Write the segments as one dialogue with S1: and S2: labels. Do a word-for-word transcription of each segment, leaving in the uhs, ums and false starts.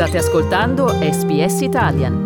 S1: State ascoltando S B S Italian.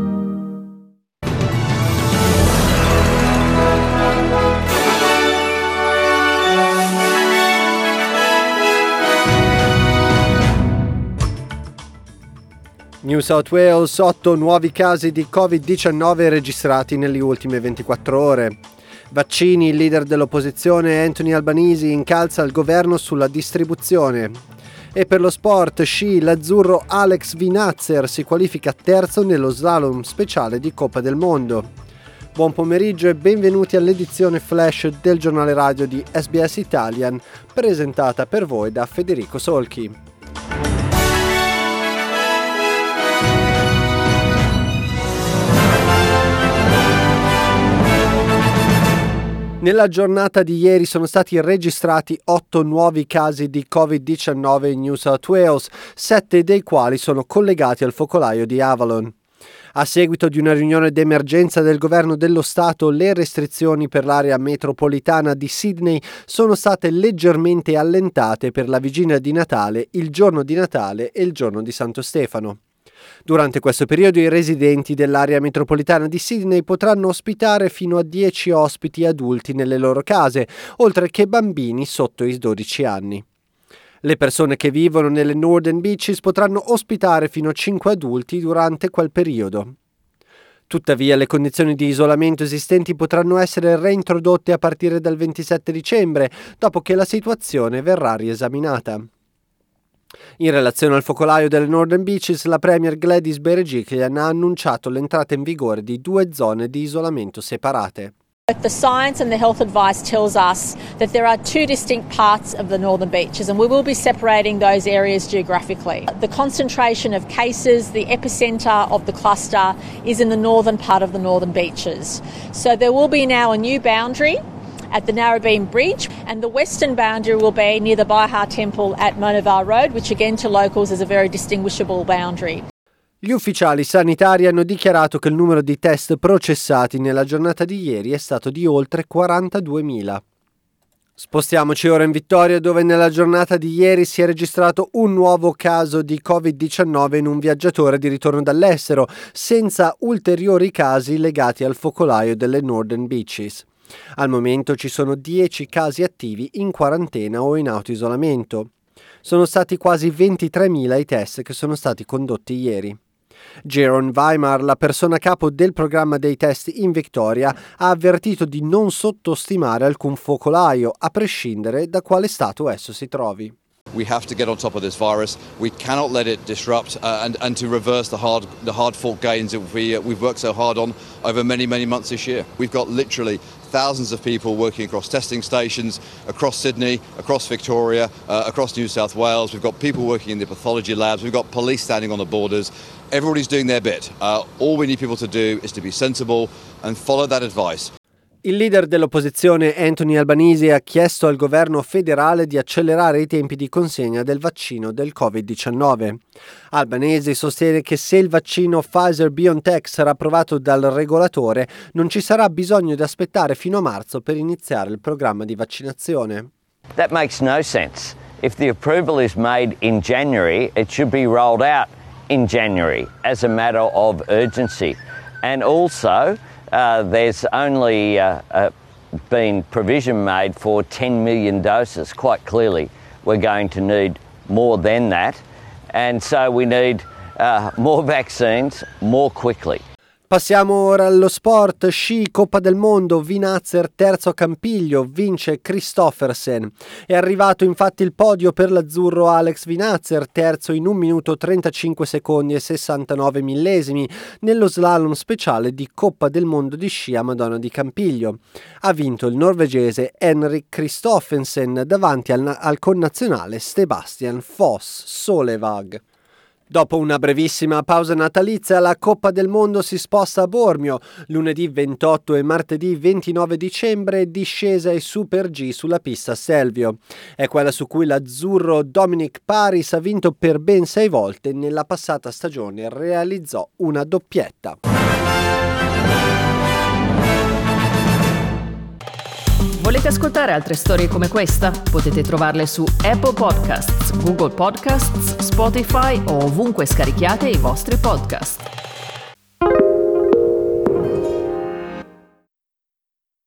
S2: New South Wales, otto nuovi casi di covid diciannove registrati nelle ultime ventiquattro ore. Vaccini, il leader dell'opposizione Anthony Albanese incalza il governo sulla distribuzione. E per lo sport, sci, l'azzurro Alex Vinazzer si qualifica terzo nello slalom speciale di Coppa del Mondo. Buon pomeriggio e benvenuti all'edizione flash del giornale radio di S B S Italian, presentata per voi da Federico Solchi. Nella giornata di ieri sono stati registrati otto nuovi casi di covid diciannove in New South Wales, sette dei quali sono collegati al focolaio di Avalon. A seguito di una riunione d'emergenza del governo dello Stato, le restrizioni per l'area metropolitana di Sydney sono state leggermente allentate per la vigilia di Natale, il giorno di Natale e il giorno di Santo Stefano. Durante questo periodo i residenti dell'area metropolitana di Sydney potranno ospitare fino a dieci ospiti adulti nelle loro case, oltre che bambini sotto i dodici anni. Le persone che vivono nelle Northern Beaches potranno ospitare fino a cinque adulti durante quel periodo. Tuttavia, le condizioni di isolamento esistenti potranno essere reintrodotte a partire dal ventisette dicembre, dopo che la situazione verrà riesaminata. In relazione al focolaio delle Northern Beaches, la Premier Gladys Berejiklian ha annunciato l'entrata in vigore di due zone di isolamento separate.
S3: The science and the health advice tells us that there are two distinct parts of the Northern Beaches and we will be separating those areas geographically. The concentration of cases, the epicentre of the cluster is in the northern part of the Northern Beaches. So there will be now a new boundary at the Narrabeen Bridge, and the western boundary will be near the Baiha Temple at Monavar Road, which again to locals is a very distinguishable boundary.
S2: Gli ufficiali sanitari hanno dichiarato che il numero di test processati nella giornata di ieri è stato di oltre quarantaduemila. Spostiamoci ora in Vittoria, dove nella giornata di ieri si è registrato un nuovo caso di covid diciannove in un viaggiatore di ritorno dall'estero, senza ulteriori casi legati al focolaio delle Northern Beaches. Al momento ci sono dieci casi attivi in quarantena o in autoisolamento. Sono stati quasi ventitremila i test che sono stati condotti ieri. Jaron Weimar, la persona capo del programma dei test in Victoria, ha avvertito di non sottostimare alcun focolaio, a prescindere da quale stato esso si trovi.
S4: We have to get on top of this virus. We cannot let it disrupt uh, and, and to reverse the hard the hard-fought gains that we, uh, we've worked so hard on over many, many months this year. We've got literally thousands of people working across testing stations, across Sydney, across Victoria, uh, across New South Wales. We've got people working in the pathology labs. We've got police standing on the borders. Everybody's doing their bit. Uh, all we need people to do is to be sensible and follow that advice.
S2: Il leader dell'opposizione Anthony Albanese ha chiesto al governo federale di accelerare i tempi di consegna del vaccino del covid diciannove. Albanese sostiene che se il vaccino Pfizer-BioNTech sarà approvato dal regolatore, non ci sarà bisogno di aspettare fino a marzo per iniziare il programma di vaccinazione.
S5: That makes no sense. If the approval is made in January, it should be rolled out in January as a matter of urgency. And also, Uh, there's only uh, uh, been provision made for ten million doses. Quite clearly, we're going to need more than that. And so we need uh, more vaccines more quickly.
S2: Passiamo ora allo sport. Sci, Coppa del Mondo, Vinazzer terzo a Campiglio, vince Christoffersen. È arrivato infatti il podio per l'azzurro Alex Vinazzer, terzo in un minuto trentacinque secondi e sessantanove millesimi nello slalom speciale di Coppa del Mondo di sci a Madonna di Campiglio. Ha vinto il norvegese Henrik Christoffersen davanti al, al connazionale Sebastian Foss Solevag. Dopo una brevissima pausa natalizia, la Coppa del Mondo si sposta a Bormio, lunedì ventotto e martedì ventinove dicembre, discesa e Super G sulla pista Stelvio. È quella su cui l'azzurro Dominic Paris ha vinto per ben sei volte, nella passata stagione realizzò una doppietta.
S1: Volete ascoltare altre storie come questa? Potete trovarle su Apple Podcasts, Google Podcasts, Spotify o ovunque scarichiate i vostri podcast.